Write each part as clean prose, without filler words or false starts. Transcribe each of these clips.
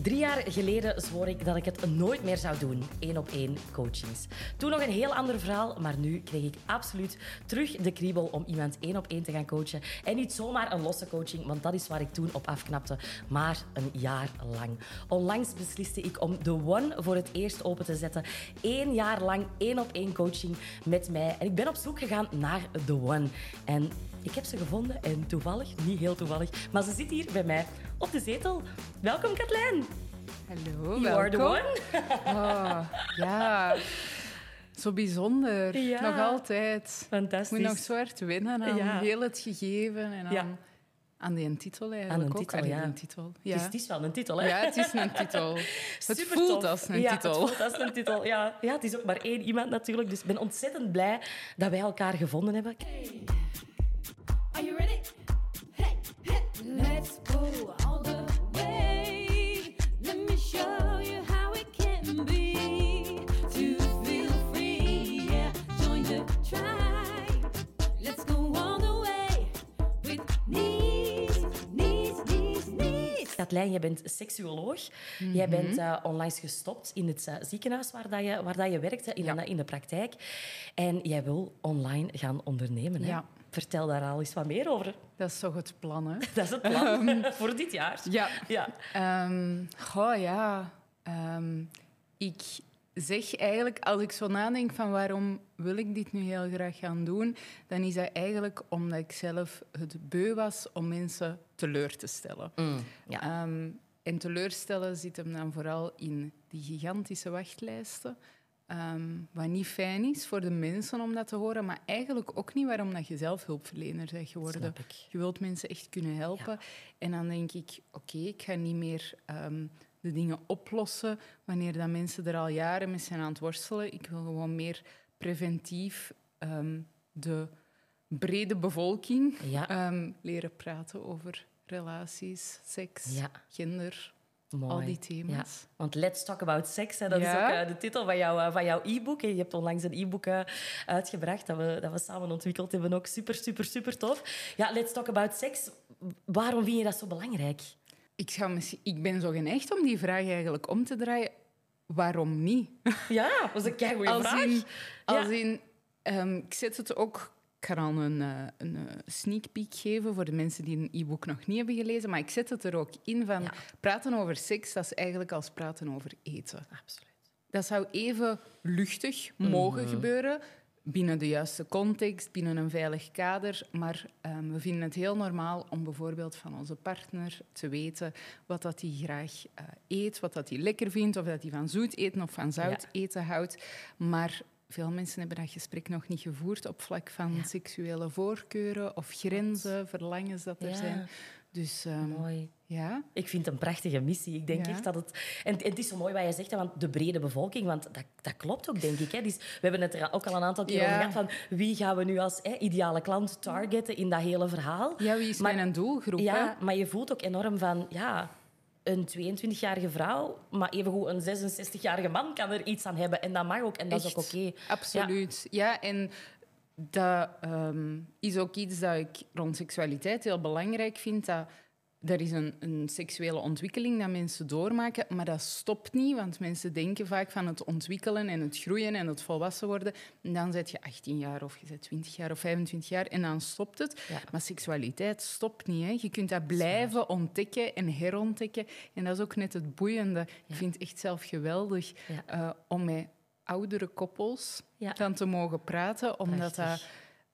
3 jaar geleden zwoer ik dat ik het nooit meer zou doen, 1-op-1 coachings. Toen nog een heel ander verhaal, maar nu kreeg ik absoluut terug de kriebel om iemand 1-op-1 te gaan coachen. En niet zomaar een losse coaching, want dat is waar ik toen op afknapte, maar een jaar lang. Onlangs besliste ik om The One voor het eerst open te zetten. 1 jaar lang 1-op-1 coaching met mij. En ik ben op zoek gegaan naar The One. En ik heb ze gevonden en toevallig, niet heel toevallig, maar ze zit hier bij mij op de zetel. Welkom, Katlijn. Hallo, You are the one. Oh, ja, zo bijzonder. Ja. Nog altijd. Fantastisch. Ik moet nog zo hard wennen aan heel het gegeven en Ja. aan die titel eigenlijk Aan een ook. titel, Aan ja. een titel. Ja. Het is wel een titel, hè? Ja, het is een titel. Het Super voelt tof. als een Ja, titel. het voelt als een titel. Ja, het is ook maar 1 iemand natuurlijk. Dus ik ben ontzettend blij dat wij elkaar gevonden hebben. Are you ready? Hey, hey, let's go all the way. Let me show you how it can be. To feel free, yeah. Join the tribe. Let's go all the way with Nice. Katlijn, jij bent seksuoloog. Jij bent onlangs gestopt in het ziekenhuis waar dat je werkte, in de praktijk. En jij wil online gaan ondernemen. Hè? Ja. Vertel daar al eens wat meer over. Dat is toch het plan, hè? Dat is het plan voor dit jaar. Ja. Ik zeg eigenlijk, als ik zo nadenk van waarom wil ik dit nu heel graag gaan doen, dan is dat eigenlijk omdat ik zelf het beu was om mensen teleur te stellen. Ja. En teleurstellen zit hem dan vooral in die gigantische wachtlijsten. Wat niet fijn is voor de mensen om dat te horen, maar eigenlijk ook niet waarom dat je zelf hulpverlener bent geworden. Snap ik. Je wilt mensen echt kunnen helpen. Ja. En dan denk ik, oké, ik ga niet meer de dingen oplossen wanneer dat mensen er al jaren mee zijn aan het worstelen. Ik wil gewoon meer preventief de brede bevolking leren praten over relaties, seks, Ja. gender, Mooi. al die thema's. Ja, want Let's Talk About Sex, hè, dat Ja. is ook de titel van jouw e-book. En je hebt onlangs een e-book uitgebracht dat we samen ontwikkeld hebben. Ook super, super, super tof. Ja, Let's Talk About Sex. Waarom vind je dat zo belangrijk? Ik ben zo geneigd om die vraag eigenlijk om te draaien. Waarom niet? Ja, dat is een keigoeie vraag. Ik zet het ook... Ik ga dan een sneak peek geven voor de mensen die een e-book nog niet hebben gelezen. Maar ik zet het er ook in van... Praten over seks, dat is eigenlijk als praten over eten. Absoluut. Dat zou even luchtig mogen gebeuren, binnen de juiste context, binnen een veilig kader. Maar we vinden het heel normaal om bijvoorbeeld van onze partner te weten wat dat hij graag eet, wat dat hij lekker vindt, of dat hij van zoet eten of van zout eten houdt. Maar veel mensen hebben dat gesprek nog niet gevoerd op vlak van seksuele voorkeuren of grenzen, verlangens dat er zijn. Dus, Mooi. Ja. Ik vind het een prachtige missie. Ik denk echt dat het... En het is zo mooi wat je zegt, hè, want de brede bevolking, want dat klopt ook, denk ik. Hè. Dus we hebben het er ook al een aantal keer over gehad, van wie gaan we nu als ideale klant targeten in dat hele verhaal. Ja, wie is mijn doelgroep? Ja, hè? maar je voelt ook enorm van... Ja, een 22-jarige vrouw, maar evengoed een 66-jarige man kan er iets aan hebben. En dat mag ook, en dat is ook oké. Absoluut. Ja, en dat is ook iets dat ik rond seksualiteit heel belangrijk vind. Dat er is een seksuele ontwikkeling dat mensen doormaken, maar dat stopt niet, want mensen denken vaak van het ontwikkelen en het groeien en het volwassen worden. En dan zit je 18 jaar of je bent 20 jaar of 25 jaar en dan stopt het. Ja. Maar seksualiteit stopt niet. Hè. Je kunt dat blijven ontdekken en herontdekken. En dat is ook net het boeiende. Ik vind het echt zelf geweldig om met oudere koppels dan te mogen praten, omdat dat...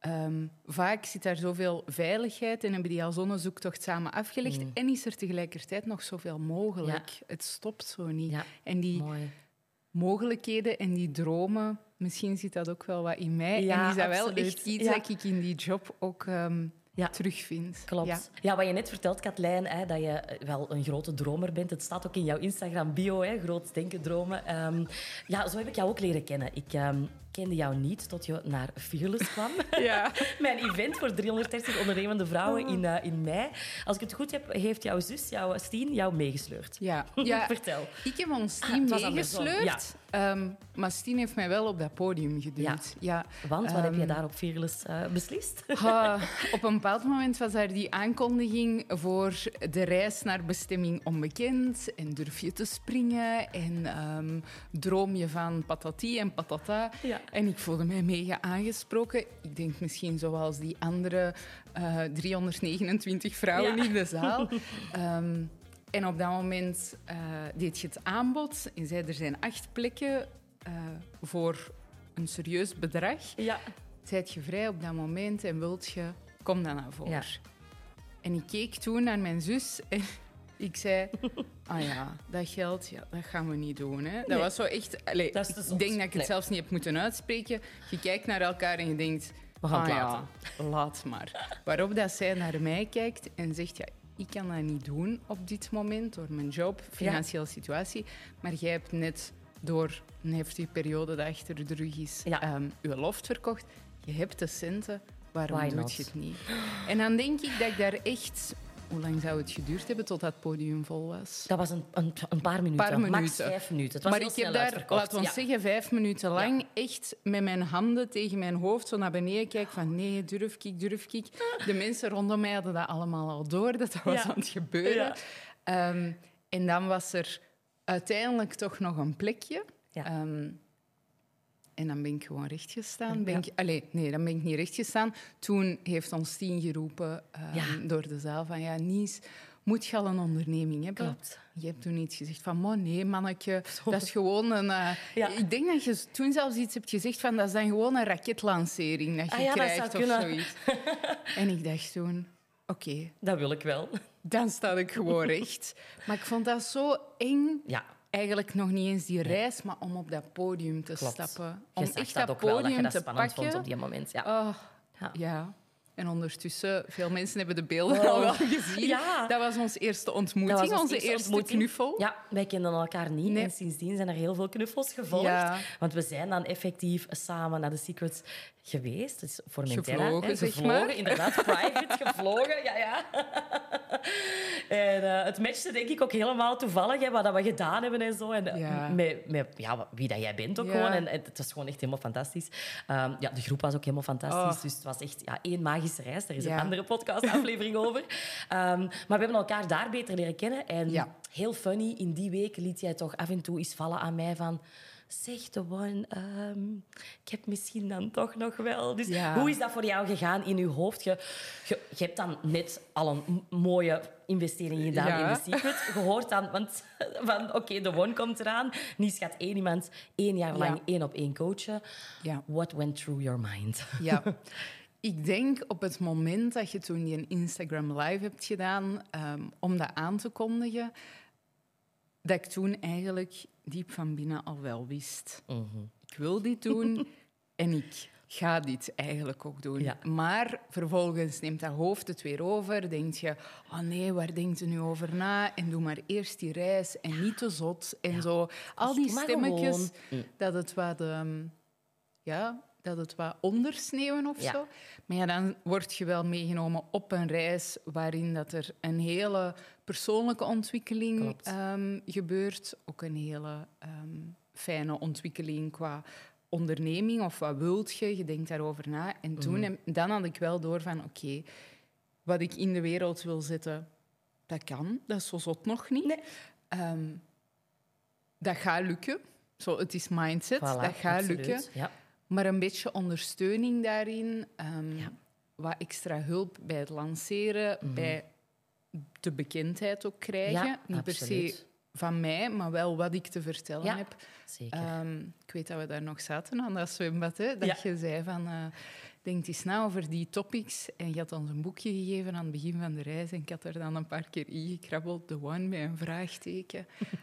vaak zit daar zoveel veiligheid en hebben die al zo'n zoektocht samen afgelegd. En is er tegelijkertijd nog zoveel mogelijk. Ja. Het stopt zo niet. Ja, En die mooi. mogelijkheden en die dromen, misschien zit dat ook wel wat in mij. Ja, en is dat absoluut. wel echt iets dat ik in die job ook terugvind. Klopt. Ja, wat je net vertelt, Katlijn, hè, dat je wel een grote dromer bent. Het staat ook in jouw Instagram-bio, hè, groot denken, dromen. Zo heb ik jou ook leren kennen. kende jou niet tot je naar Fearless kwam. Ja. Mijn event voor 330 ondernemende vrouwen in mei. Als ik het goed heb, heeft jouw zus, Stien, jou meegesleurd. Ja. Vertel. Ik heb ons Stien het was andersom. meegesleurd, maar Stien heeft mij wel op dat podium geduwd. Ja. Want wat heb je daar op Fearless beslist? Op een bepaald moment was daar die aankondiging voor de reis naar bestemming onbekend. En durf je te springen en droom je van patati en patata. Ja. En ik voelde mij mega aangesproken. Ik denk misschien zoals die andere 329 vrouwen Ja. in de zaal. En op dat moment deed je het aanbod en zei er zijn 8 plekken voor een serieus bedrag. Ja. Zijt je vrij op dat moment en wilt je, kom dan naar voren. Ja. En ik keek toen naar mijn zus en ik zei... Ah ja, dat geld, dat gaan we niet doen. Hè. Dat Nee. was zo echt... Allee, Dat is te ik zot. denk dat ik het Nee. zelfs niet heb moeten uitspreken. Je kijkt naar elkaar en je denkt... We gaan het ja, laat maar. Waarop dat zij naar mij kijkt en zegt... Ja, ik kan dat niet doen op dit moment door mijn job, financiële situatie. Maar jij hebt net door een heftige periode die achter de rug is, Ja. je loft verkocht. Je hebt de centen, waarom Why doe not? je het niet? En dan denk ik dat ik daar echt... Hoe lang zou het geduurd hebben tot dat podium vol was? Dat was een paar minuten. Max 5 minuten. Het was Maar heel ik heb snel daar, uitverkocht. laten we Ja. zeggen, 5 minuten lang echt met mijn handen tegen mijn hoofd zo naar beneden kijken van nee, durf ik. De mensen rondom mij hadden dat allemaal al door, dat was Ja. aan het gebeuren. Ja. En dan was er uiteindelijk toch nog een plekje. Ja. En dan ben ik gewoon rechtgestaan. Ja. Dan ben ik niet rechtgestaan. Toen heeft ons Tien geroepen door de zaal van... Ja, Nies, moet je al een onderneming hebben? Klopt. Je hebt toen iets gezegd van... Maar nee, mannetje, dat is gewoon een... Ja. Ik denk dat je toen zelfs iets hebt gezegd van... Dat is dan gewoon een raketlancering dat je Ah ja, dat krijgt zou of kunnen. zoiets. En ik dacht toen... Oké, Dat wil ik wel. dan sta ik gewoon recht. Maar ik vond dat zo eng... Ja. Eigenlijk nog niet eens die reis, maar om op dat podium te Klopt. stappen. Je Om zag echt dat ook wel, dat je podium dat te spannend pakken. vond op die moment. Ja. Oh, Ja. ja. En ondertussen, veel mensen hebben de beelden Oh. al wel gezien. Ja. Dat was onze eerste ontmoeting, Dat was onze eerste ontmoeting. knuffel. Ja, wij kenden elkaar niet. Nee. En sindsdien zijn er heel veel knuffels gevolgd. Ja. Want we zijn dan effectief samen naar The Secrets geweest. Dus voor Mentera. Gevlogen, hè. zeg Gevlogen, maar. inderdaad. Private, gevlogen. Ja. En het matchte denk ik ook helemaal toevallig, hè, wat we gedaan hebben en zo. En Ja. met wie dat jij bent ook Ja. gewoon. En het was gewoon echt helemaal fantastisch. De groep was ook helemaal fantastisch. Oh. Dus het was echt één magische reis. Daar is Ja. een andere podcastaflevering over. Maar we hebben elkaar daar beter leren kennen. En Ja. heel funny, in die week liet jij toch af en toe eens vallen aan mij van... Zeg, de one, ik heb misschien dan toch nog wel... Dus Ja. hoe is dat voor jou gegaan in je hoofd? Je hebt dan net al een mooie investering gedaan Ja. in The Secret. Je hoort dan van oké, de one komt eraan. Nies gaat iemand 1 jaar lang Ja. 1-op-1 coachen. Ja. What went through your mind? Ja. Ik denk op het moment dat je toen die Instagram Live hebt gedaan, om dat aan te kondigen, dat ik toen eigenlijk diep van binnen al wel wist. Ik wil dit doen en ik ga dit eigenlijk ook doen. Ja. Maar vervolgens neemt dat hoofd het weer over. Denk je, oh nee, waar denkt u nu over na? En doe maar eerst die reis en niet te zot. En zo. Al die Doe maar stemmetjes, gewoon. dat het wat... dat het wat ondersneeuwen of Ja. zo. Maar ja, dan word je wel meegenomen op een reis waarin dat er een hele persoonlijke ontwikkeling Klopt. gebeurt. Ook een hele fijne ontwikkeling qua onderneming of wat wilt je. Je denkt daarover na. En toen, dan had ik wel door van oké, wat ik in de wereld wil zetten, dat kan. Dat is zo zot nog niet. Nee. Dat gaat lukken. Zo, het is mindset. Voilà, dat gaat absoluut. lukken. Ja. Maar een beetje ondersteuning daarin. Ja. Wat extra hulp bij het lanceren, bij de bekendheid ook krijgen. Ja, Niet per absoluut. se van mij, maar wel wat ik te vertellen Ja, heb. zeker. Ik weet dat we daar nog zaten aan dat zwembad. Hè, dat je zei van... denk eens na over die topics. En je had ons een boekje gegeven aan het begin van de reis. En ik had er dan een paar keer ingekrabbeld. The One met een vraagteken.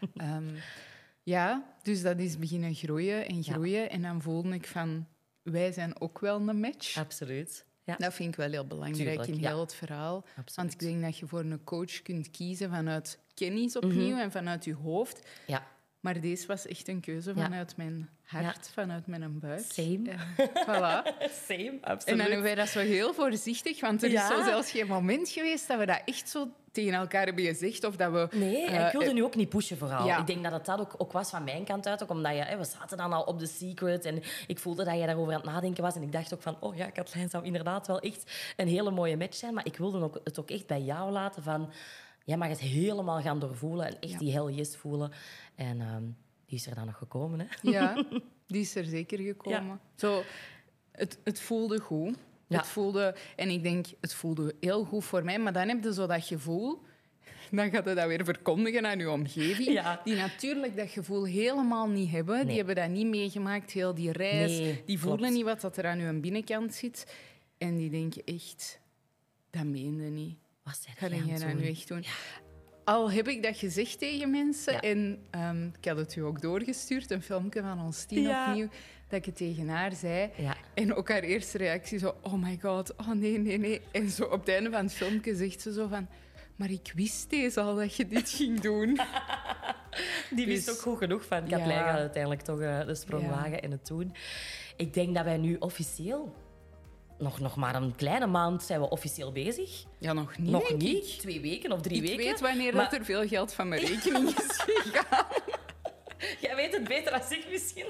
Ja, dus dat is beginnen groeien en groeien. En dan voelde ik van, wij zijn ook wel een match. Absoluut. Ja. Dat vind ik wel heel belangrijk Tuurlijk, in ja. heel het verhaal. Absoluut. Want ik denk dat je voor een coach kunt kiezen vanuit kennis opnieuw en vanuit je hoofd. Ja. Maar deze was echt een keuze vanuit mijn hart, vanuit mijn buik. Same. Voilà. Same, En absoluut. dan doen wij dat zo heel voorzichtig, want er is zo zelfs geen moment geweest dat we dat echt zo tegen elkaar hebben gezegd. Of dat we... Nee, ik wilde nu ook niet pushen vooral. Ja. Ik denk dat het ook was van mijn kant uit. Ook omdat we zaten dan al op The Secret en ik voelde dat jij daarover aan het nadenken was. En ik dacht ook van, oh ja, Katlijn zou inderdaad wel echt een hele mooie match zijn. Maar ik wilde het ook echt bij jou laten van... Jij mag het helemaal gaan doorvoelen en echt die hell yes voelen. En die is er dan nog gekomen, hè? Ja, die is er zeker gekomen. Ja. Zo, het voelde goed. Ja. Het voelde, en ik denk, het voelde heel goed voor mij. Maar dan heb je zo dat gevoel... Dan gaat je dat weer verkondigen aan je omgeving. Ja. Die natuurlijk dat gevoel helemaal niet hebben. Nee. Die hebben dat niet meegemaakt, heel die reis. Nee, Die voelen klopt. niet wat dat er aan hun binnenkant zit. En die denken echt... Dat meende niet. Wat zei Ga jij aan jij het dat doen? nu echt doen? Al heb ik dat gezegd tegen mensen Ja. en ik had het u ook doorgestuurd, een filmpje van ons Tien Ja. opnieuw, dat ik het tegen haar zei. Ja. En ook haar eerste reactie zo, oh my god, oh nee, nee, nee. En zo op het einde van het filmpje zegt ze zo van, maar ik wist deze al dat je dit ging doen. Die wist Dus- ook goed genoeg van. Katlijn Ja. gaat uiteindelijk toch de sprong Ja. wagen en het doen. Ik denk dat wij nu officieel... Nog maar een kleine maand zijn we officieel bezig. Ja, nog niet, Nog denk niet. ik. 2 weken of 3 Ik weken. weet wanneer Maar- dat er veel geld van mijn rekening is gegaan. Jij weet het beter dan ik misschien.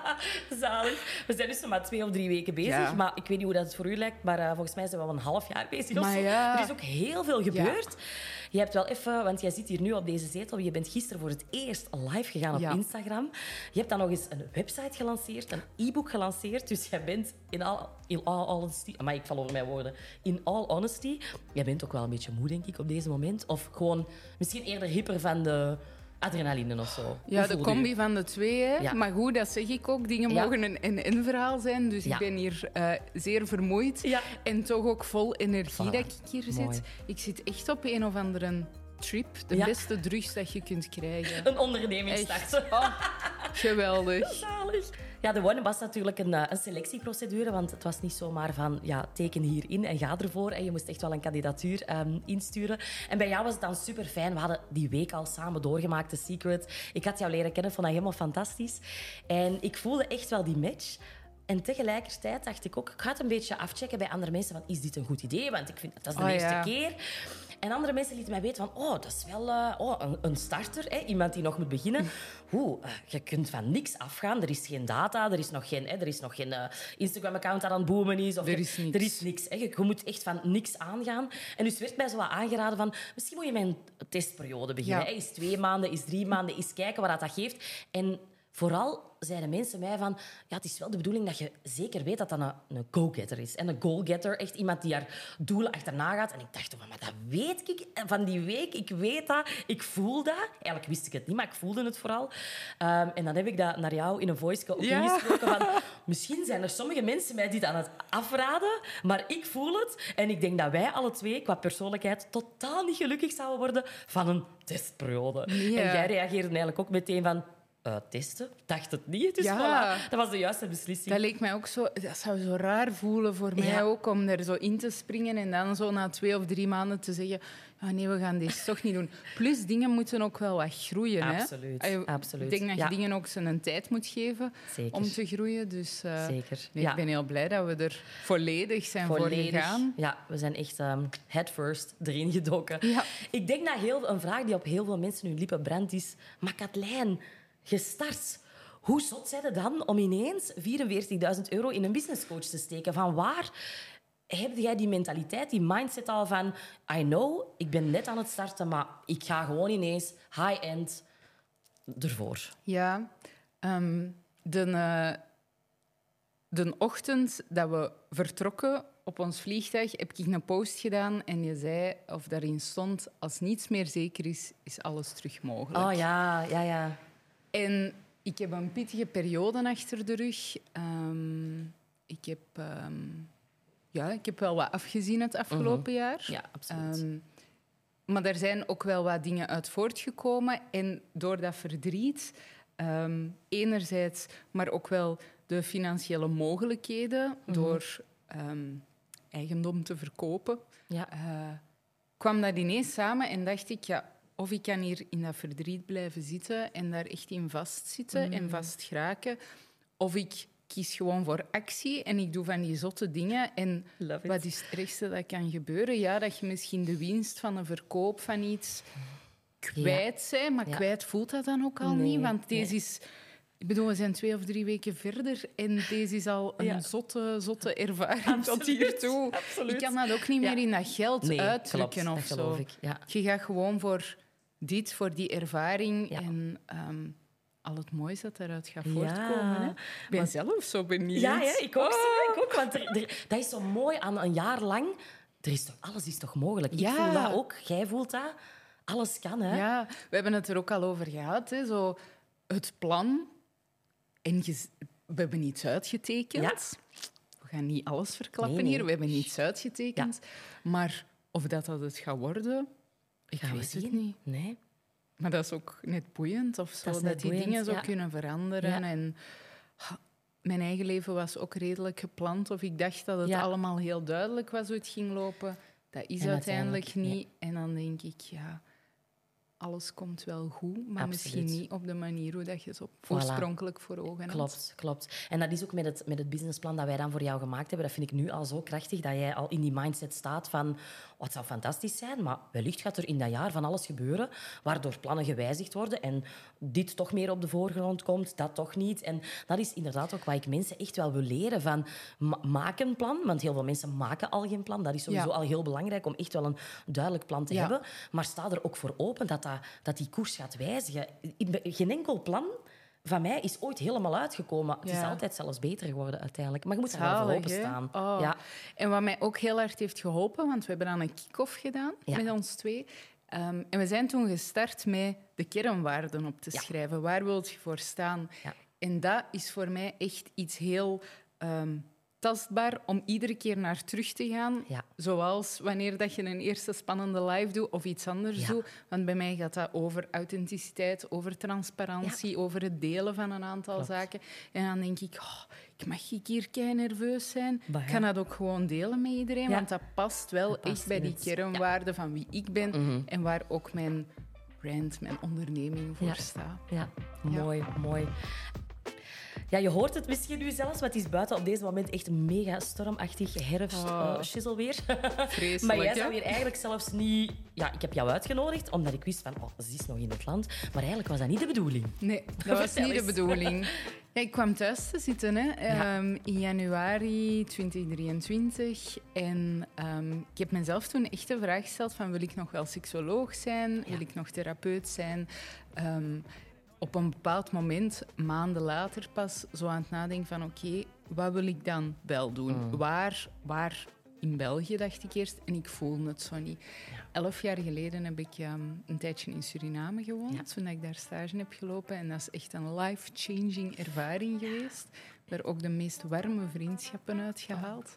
Zalig. We zijn dus nog maar 2 of 3 weken bezig. Ja. Maar ik weet niet hoe dat voor u lijkt. Maar volgens mij zijn we al een half jaar bezig. Of Maar zo. ja. Er is ook heel veel gebeurd. Je hebt wel even... Want jij zit hier nu op deze zetel. Je bent gisteren voor het eerst live gegaan op Ja. Instagram. Je hebt dan nog eens een website gelanceerd. Een e-book gelanceerd. Dus jij bent in all honesty... Maar ik val over mijn woorden. In all honesty. Jij bent ook wel een beetje moe, denk ik, op deze moment. Of gewoon misschien eerder hyper van de... adrenaline of zo. Ja, Hoe de voelt combi u? van de twee. Hè? Ja. Maar goed, dat zeg ik ook. Dingen Ja. mogen een en-en-verhaal zijn. Dus Ja. ik ben hier zeer vermoeid. Ja. En toch ook vol energie Voilà. dat ik hier Mooi. zit. Ik zit echt op een of andere trip. De Ja. beste drugs dat je kunt krijgen. Een onderneming Echt. starten. Oh, geweldig. Zalig. Ja, de One was natuurlijk een selectieprocedure, want het was niet zomaar van ja, teken hierin en ga ervoor. En je moest echt wel een kandidatuur insturen. En bij jou was het dan super fijn. We hadden die week al samen doorgemaakt, The Secret. Ik had jou leren kennen, vond dat helemaal fantastisch. En ik voelde echt wel die match. En tegelijkertijd dacht ik ook, ik ga het een beetje afchecken bij andere mensen. Van, is dit een goed idee? Want ik vind dat is de Oh, eerste ja. keer. En andere mensen lieten mij weten van, oh, dat is wel een starter. Hè? Iemand die nog moet beginnen. Je kunt van niks afgaan. Er is geen data, er is nog geen Instagram-account dat aan het boomen is. Of Er is niks. Er is niks. Hè? Je moet echt van niks aangaan. En dus werd mij zo wat aangeraden van, misschien moet je met een testperiode beginnen. Ja. Hè? Is 2 maanden, is 3 maanden, is kijken wat dat geeft. En vooral zeiden mensen mij van... Ja, het is wel de bedoeling dat je zeker weet dat dat een go-getter is. En een goal-getter, echt iemand die haar doelen achterna gaat. En ik dacht, maar dat weet ik van die week. Ik weet dat, ik voel dat. Eigenlijk wist ik het niet, maar ik voelde het vooral. En dan heb ik dat naar jou in een voice ook Ja. ingesproken van... Misschien zijn er sommige mensen mij dit aan het afraden, maar ik voel het. En ik denk dat wij alle twee, qua persoonlijkheid, totaal niet gelukkig zouden worden van een testperiode. Ja. En jij reageerde eigenlijk ook meteen van... testen? Dacht het niet. Dus Ja. voilà, dat was de juiste beslissing. Dat leek mij ook zo... Dat zou zo raar voelen voor mij Ja. ook, om er zo in te springen en dan zo na 2 of 3 maanden te zeggen... Ah, nee, we gaan dit toch niet doen. Plus, dingen moeten ook wel wat groeien. Absoluut, Hè? absoluut. Ik denk dat je Ja. dingen ook zijn tijd moet geven Zeker. om te groeien. Dus Zeker. nee, Ja. ik ben heel blij dat we er volledig zijn voor gegaan. Ja, we zijn echt head first erin gedoken. Ja. Ik denk dat een vraag die op heel veel mensen hun lippen brandt is... Maar Katlijn, gestart... Hoe zot zijn het dan om ineens €44.000 in een businesscoach te steken? Van waar heb jij die mentaliteit, die mindset al van... I know, ik ben net aan het starten, maar ik ga gewoon ineens high-end ervoor. Ja, de ochtend dat we vertrokken op ons vliegtuig heb ik een post gedaan en je zei, of daarin stond, als niets meer zeker is, is alles terug mogelijk. Oh ja, ja, ja. En ik heb een pittige periode achter de rug. Ik heb wel wat afgezien het afgelopen jaar. Ja, absoluut. Maar er zijn ook wel wat dingen uit voortgekomen. En door dat verdriet, enerzijds, maar ook wel de financiële mogelijkheden door eigendom te verkopen, Ja. kwam dat ineens samen en dacht ik, ja, of ik kan hier in dat verdriet blijven zitten en daar echt in vastzitten en vastgeraken. Of ik kies gewoon voor actie en ik doe van die zotte dingen. En Love it. wat is het ergste dat kan gebeuren? Ja, dat je misschien de winst van een verkoop van iets kwijt bent. Maar Ja. kwijt voelt dat dan ook al Nee, niet. Want deze nee. is... Ik bedoel, we zijn 2 of 3 weken verder en deze is al een Ja. zotte ervaring tot hiertoe. absoluut. Ik kan dat ook niet Ja. meer in dat geld Nee, uitdrukken klopt, of dat zo. geloof ik. Ja. Je gaat gewoon voor dit, voor die ervaring Ja. en al het moois dat eruit gaat Ja. voortkomen. Hè? Ik ben zelf zo benieuwd. Ja, ik ook. Oh. Ik ook want dat is zo mooi aan een jaar lang. Alles is toch mogelijk? Ja. Ik voel dat ook, jij voelt dat. Alles kan, hè? Ja, we hebben het er ook al over gehad. Hè? Zo, het plan. En we hebben iets uitgetekend. Ja. We gaan niet alles verklappen Nee, nee. hier. We hebben iets uitgetekend. Maar of dat het gaat worden, ik Gaan we weet het zien? niet. Nee. Maar dat is ook net boeiend of zo. Dat is Dat, net die boeiend, dingen zo ja. kunnen veranderen. Ja. En mijn eigen leven was ook redelijk gepland. Of ik dacht dat het Ja. allemaal heel duidelijk was hoe het ging lopen. Dat is En uiteindelijk uiteindelijk, niet. En dan denk ik, ja, alles komt wel goed. Maar misschien Absoluut. niet op de manier hoe dat je het oorspronkelijk voor ogen had. Klopt. En dat is ook met het businessplan dat wij dan voor jou gemaakt hebben. Dat vind ik nu al zo krachtig, dat jij al in die mindset staat van... Oh, het zou fantastisch zijn, maar wellicht gaat er in dat jaar van alles gebeuren, waardoor plannen gewijzigd worden en dit toch meer op de voorgrond komt, dat toch niet. En dat is inderdaad ook wat ik mensen echt wel wil leren van maak een plan, want heel veel mensen maken al geen plan. Dat is sowieso Ja. al heel belangrijk om echt wel een duidelijk plan te Ja. hebben. Maar sta er ook voor open dat die koers gaat wijzigen. Geen enkel plan van mij is ooit helemaal uitgekomen. Het is Ja. altijd zelfs beter geworden uiteindelijk. Maar je moet er wel voor Zalig, openstaan. hè? Oh. Ja. En wat mij ook heel hard heeft geholpen, want we hebben dan een kick-off gedaan Ja. met ons 2. En we zijn toen gestart met de kernwaarden op te Ja. schrijven. Waar wil je voor staan? Ja. En dat is voor mij echt iets heel tastbaar om iedere keer naar terug te gaan. Ja. Zoals wanneer dat je een eerste spannende live doet of iets anders Ja. doet. Want bij mij gaat dat over authenticiteit, over transparantie, over het delen van een aantal Klopt. zaken. En dan denk ik, mag ik hier kei nerveus zijn? Maar Ik ja. kan dat ook gewoon delen met iedereen, Ja. want dat past wel Dat past echt bij in die het- kernwaarden van wie ik ben en waar ook mijn brand, mijn onderneming voor Ja. staat. Ja, mooi. Ja, je hoort het misschien nu zelfs, maar het is buiten op deze moment echt mega stormachtig herfst schizzelweer. Vreselijk, Maar jij hè? zou hier eigenlijk zelfs niet... Ja, ik heb jou uitgenodigd omdat ik wist van, ze is nog in het land. Maar eigenlijk was dat niet de bedoeling. Nee, dat was Vertel niet de eens. bedoeling. Ja, ik kwam thuis te zitten hè, Ja. in januari 2023. En ik heb mezelf toen echt de vraag gesteld van wil ik nog wel seksoloog zijn? Wil ik nog therapeut zijn? Op een bepaald moment, maanden later pas, zo aan het nadenken van oké, wat wil ik dan wel doen? Waar in België, dacht ik eerst. En ik voelde het zo niet. 11 jaar geleden heb ik een tijdje in Suriname gewoond, toen ik daar stage heb gelopen. En dat is echt een life-changing ervaring geweest. Daar ook de meest warme vriendschappen uitgehaald.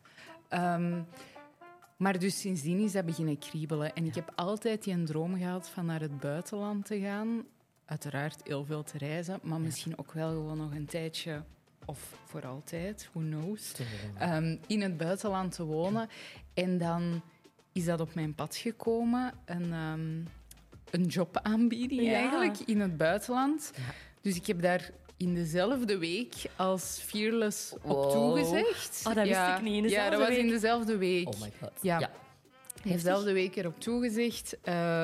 Maar dus sindsdien is dat beginnen kriebelen. En ik heb altijd die droom gehad van naar het buitenland te gaan. Uiteraard heel veel te reizen, maar misschien ook wel gewoon nog een tijdje, of voor altijd, who knows, in het buitenland te wonen. En dan is dat op mijn pad gekomen, een jobaanbieding Ja. eigenlijk, in het buitenland. Ja. Dus ik heb daar in dezelfde week als Fearless op Wow. toegezegd. Oh, dat wist ik niet, in Ja, dat dezelfde was in week? dezelfde week. Oh my god. Ja. Dezelfde week erop toegezegd.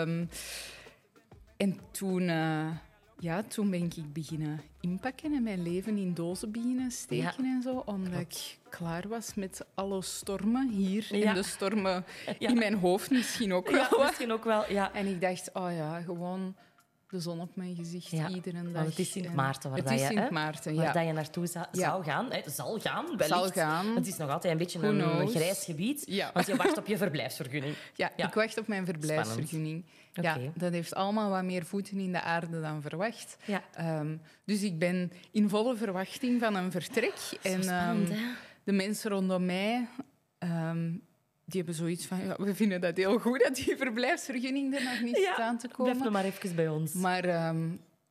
En toen ben ik beginnen inpakken en mijn leven in dozen beginnen steken en zo. Omdat ik klaar was met alle stormen hier. Ja. En de stormen Ja. in mijn hoofd misschien ook wel. Ja, misschien ook wel, ja. En ik dacht, gewoon de zon op mijn gezicht Ja, iedere dag. want het is Sint En Maarten waar het dat is je, Sint hè, Maarten, waar ja. dat je naartoe zal gaan. Hè, zal gaan, wellicht. Zal gaan. Want het is nog altijd een beetje Who een knows? grijs gebied, Ja. want je wacht op je verblijfsvergunning. Ja, Ja. ik wacht op mijn verblijfsvergunning. Ja, Oké. dat heeft allemaal wat meer voeten in de aarde dan verwacht. Ja. Dus ik ben in volle verwachting van een vertrek. En spannend, hè? de mensen rondom mij, die hebben zoiets van... Ja, we vinden dat heel goed dat die verblijfsvergunning er nog niet staat aan te blijf nog komen. maar even bij ons. Maar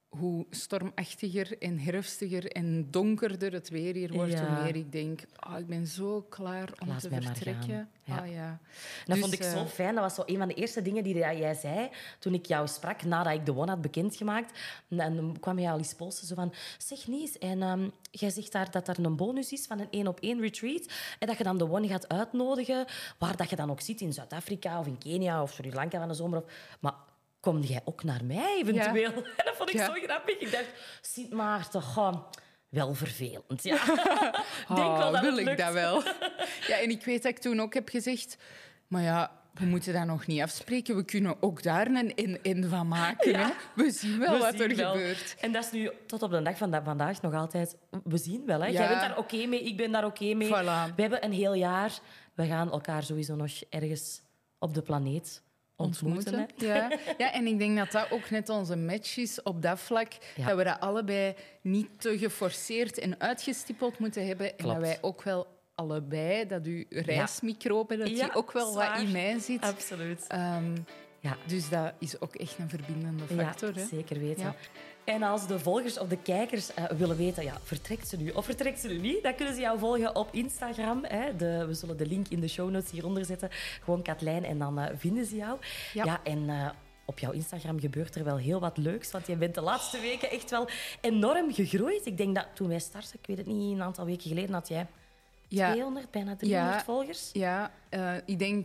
hoe stormachtiger en herfstiger en donkerder het weer hier wordt, Ja. hoe meer ik denk, ik ben zo klaar om Laat te mij maar vertrekken. gaan. Ja. Ja. Dat Dus, vond ik zo fijn. Dat was zo een van de eerste dingen die jij zei toen ik jou sprak, nadat ik de One had bekendgemaakt. En dan kwam je al eens posten zo van... Zeg Nies, en jij zegt daar dat er een bonus is van een 1-op-1 retreat en dat je dan de One gaat uitnodigen, waar dat je dan ook zit in Zuid-Afrika of in Kenia of Sri Lanka van de zomer. Maar kom jij ook naar mij eventueel? En dat vond ik Ja. zo grappig. Ik dacht, Sint Maarten, wel vervelend. Ja. Ik denk wel dat wil het ik lukt. dat wel. Ja, en ik weet dat ik toen ook heb gezegd... Maar ja, we moeten dat nog niet afspreken. We kunnen ook daar een end van maken. Ja. Hè? We zien wel We wat zien er wel. gebeurt. En dat is nu tot op de dag van vandaag nog altijd... We zien wel, hè. Ja. Jij bent daar oké mee, ik ben daar oké mee. Voilà. We hebben een heel jaar. We gaan elkaar sowieso nog ergens op de planeet ontmoeten. Hè. Ja. Ja, en ik denk dat dat ook net onze match is op dat vlak. Ja. Dat we dat allebei niet te geforceerd en uitgestippeld moeten hebben. En Klopt. dat wij ook wel allebei, dat uw reismicrobe, dat Ja, die ook wel wat zwaar. in mij zit. Absoluut. Ja, dus dat is ook echt een verbindende factor. Ja, Hè? zeker weten. Ja. En als de volgers of de kijkers willen weten, vertrekt ze nu of vertrekt ze nu niet, dan kunnen ze jou volgen op Instagram. Hè. We zullen de link in de show notes hieronder zetten. Gewoon Katlijn en dan vinden ze jou. Ja. En op jouw Instagram gebeurt er wel heel wat leuks, want je bent de laatste weken echt wel enorm gegroeid. Ik denk dat toen wij startten, ik weet het niet, een aantal weken geleden had jij 200, bijna 300 volgers. Ja, ik denk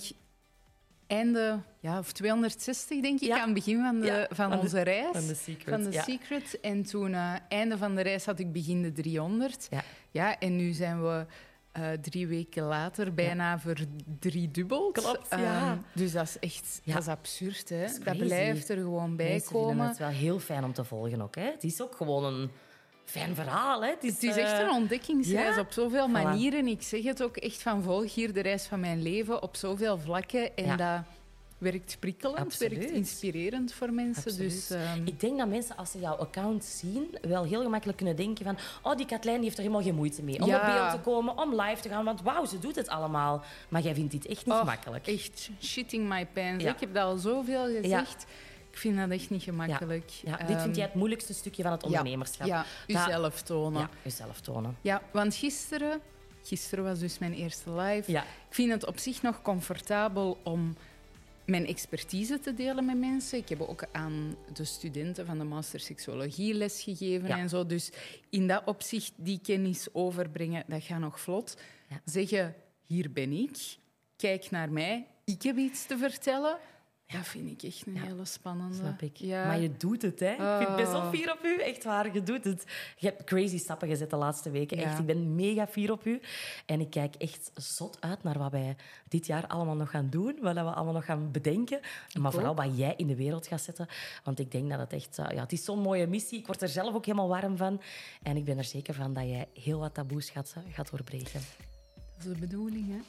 einde, of 260 denk ik, Ja. aan het begin van onze reis. Van de Secret. Van de ja. Secret. En toen, einde van de reis, had ik begin de 300. Ja. Ja, en nu zijn we 3 weken later bijna verdriedubbeld. Klopt, ja. Dus dat is echt Ja. dat is absurd. Hè? is Dat crazy. blijft er gewoon bij Mensen vinden komen. het wel heel fijn om te volgen ook. Hè. Het is ook gewoon een fijn verhaal. Hè. Het is echt een ontdekkingsreis ja? op zoveel Voilà. manieren. Ik zeg het ook echt van volg hier de reis van mijn leven op zoveel vlakken. En Ja. dat werkt prikkelend, Absoluut. werkt inspirerend voor mensen. Absoluut. Dus, Ik denk dat mensen, als ze jouw account zien, wel heel gemakkelijk kunnen denken van die Katlijn die heeft er helemaal geen moeite mee. Om Ja. op beeld te komen, om live te gaan. Want wauw, ze doet het allemaal. Maar jij vindt dit echt niet gemakkelijk. Echt shitting my pants. Ja. Ik heb dat al zoveel gezegd. Ik vind dat echt niet gemakkelijk. Ja, dit vind jij het moeilijkste stukje van het ondernemerschap. Ja, Dat- jezelf tonen. Ja, jezelf tonen. Ja, want gisteren was dus mijn eerste live. Ja. Ik vind het op zich nog comfortabel om mijn expertise te delen met mensen. Ik heb ook aan de studenten van de master seksologie lesgegeven Ja. en zo. Dus in dat opzicht die kennis overbrengen, dat gaat nog vlot. Ja. Zeggen, hier ben ik. Kijk naar mij. Ik heb iets te vertellen. Dat vind ik echt een hele spannende. Snap ik. Ja. Maar je doet het, hè. Ik vind het best wel fier op u. Echt waar, je doet het. Je hebt crazy stappen gezet de laatste weken. Ja. Echt, ik ben mega fier op u. En ik kijk echt zot uit naar wat wij dit jaar allemaal nog gaan doen. Wat we allemaal nog gaan bedenken. Maar ook. vooral wat jij in de wereld gaat zetten. Want ik denk dat het echt... het is zo'n mooie missie. Ik word er zelf ook helemaal warm van. En ik ben er zeker van dat jij heel wat taboes gaat doorbreken. Dat is de bedoeling, hè?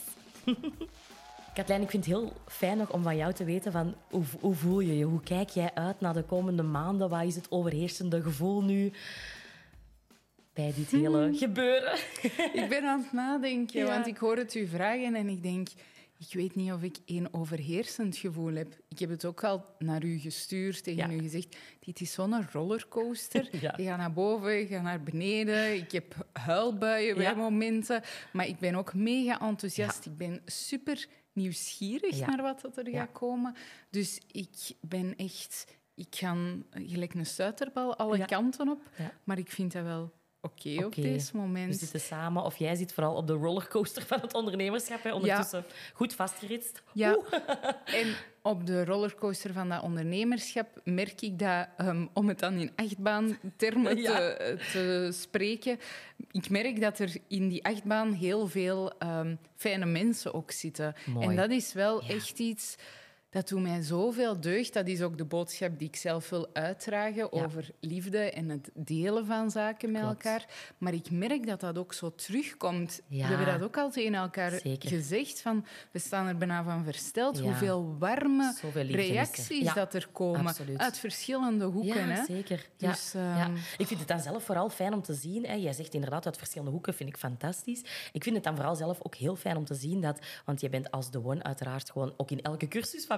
Katlijn, ik vind het heel fijn nog om van jou te weten van hoe voel je je? Hoe kijk jij uit naar de komende maanden? Wat is het overheersende gevoel nu bij dit hele gebeuren? Ik ben aan het nadenken, Ja. want ik hoor het u vragen en ik denk... Ik weet niet of ik een overheersend gevoel heb. Ik heb het ook al naar u gestuurd, tegen Ja. u gezegd... Dit is zo'n rollercoaster. Ja. Je gaat naar boven, je gaat naar beneden. Ik heb huilbuien bij Ja. momenten. Maar ik ben ook mega enthousiast. Ik ben super nieuwsgierig Ja. naar wat er Ja. gaat komen. Dus ik ben echt... Ik ga gelijk een stuiterbal alle Ja. kanten op. Ja. Maar ik vind dat wel oké op Oké. deze We moment. zitten samen, of jij zit vooral op de rollercoaster van het ondernemerschap. Hè. Ondertussen goed vastgeritst. Ja, en op de rollercoaster van dat ondernemerschap merk ik dat, om het dan in achtbaantermen Ja. te spreken, ik merk dat er in die achtbaan heel veel fijne mensen ook zitten. Mooi. En dat is wel Ja. echt iets... Dat doet mij zoveel deugd. Dat is ook de boodschap die ik zelf wil uitdragen over liefde en het delen van zaken met Klopt. elkaar. Maar ik merk dat dat ook zo terugkomt. Ja. We hebben dat ook al tegen elkaar Zeker. gezegd. Van, we staan er bijna van versteld Ja. hoeveel warme Zoveel liefde is er. reacties Ja, dat er komen. absoluut. Uit verschillende hoeken. Ja, hè. zeker. Ja. Dus, Ja. Ik vind het dan zelf vooral fijn om te zien. Hè. Jij zegt inderdaad uit verschillende hoeken, vind ik fantastisch. Ik vind het dan vooral zelf ook heel fijn om te zien dat... Want jij bent als The One uiteraard gewoon ook in elke cursus van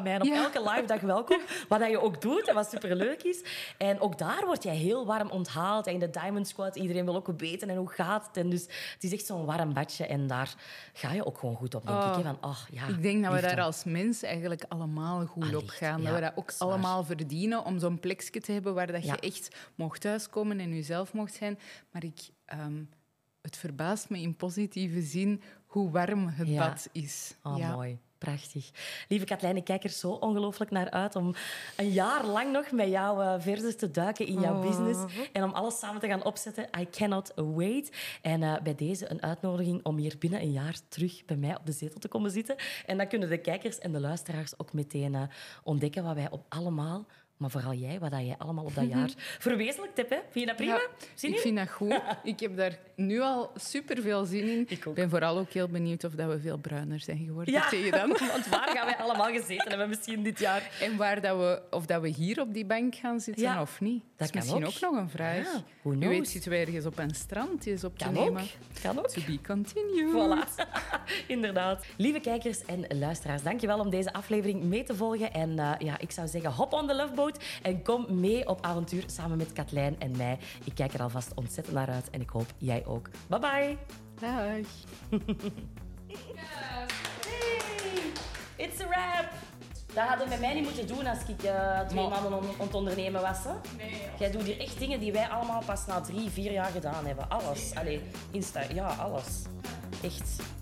mij. En op Ja. elke live dag welkom. Wat dat je ook doet en wat superleuk is. En ook daar word jij heel warm onthaald. En in de Diamond Squad, iedereen wil ook weten en hoe gaat het. En dus het is echt zo'n warm badje. En daar ga je ook gewoon goed op, denk ik. Hè? Van, ja, Ik denk dat we liefde. daar als mens eigenlijk allemaal goed op Allicht, gaan. ja, Dat we dat ook dat is waar. allemaal verdienen om zo'n plekje te hebben waar dat Ja. je echt mocht thuiskomen en jezelf mocht zijn. Maar het verbaast me in positieve zin hoe warm het Ja. bad is. Oh, Ja. mooi. Prachtig. Lieve Katlijn, ik kijk er zo ongelooflijk naar uit om een jaar lang nog met jou verder te duiken in jouw business en om alles samen te gaan opzetten. I cannot wait. En bij deze een uitnodiging om hier binnen een jaar terug bij mij op de zetel te komen zitten. En dan kunnen de kijkers en de luisteraars ook meteen ontdekken wat wij op allemaal, maar vooral jij, wat dat jij allemaal op dat jaar verwezenlijkt hebt. Hè? Vind je dat prima? Ja, Zin ik in? vind dat goed. Ik heb daar nu al superveel zin in. Ik ook. ben vooral ook heel benieuwd of dat we veel bruiner zijn geworden Ja, tegen dan. want waar gaan wij allemaal gezeten hebben misschien dit jaar? En of dat we hier op die bank gaan zitten Ja, of niet. Dat is kan misschien ook. ook nog een vraag. Ja, who Wie knows? weet zitten we ergens op een strand eens op te Kan ook. nemen. Kan ook. To be continued. Voilà, inderdaad. Lieve kijkers en luisteraars, dankjewel om deze aflevering mee te volgen. En ik zou zeggen, hop on the love boat en kom mee op avontuur samen met Katlijn en mij. Ik kijk er alvast ontzettend naar uit en ik hoop jij ook. Bye bye. Dag. Hey, it's a wrap. Dat hadden we met mij niet moeten doen als ik 2 maanden aan het ondernemen was. Hè? Nee. Jij doet hier echt dingen die wij allemaal pas na 3-4 jaar gedaan hebben. Alles. Allee, Insta, ja, alles. Echt.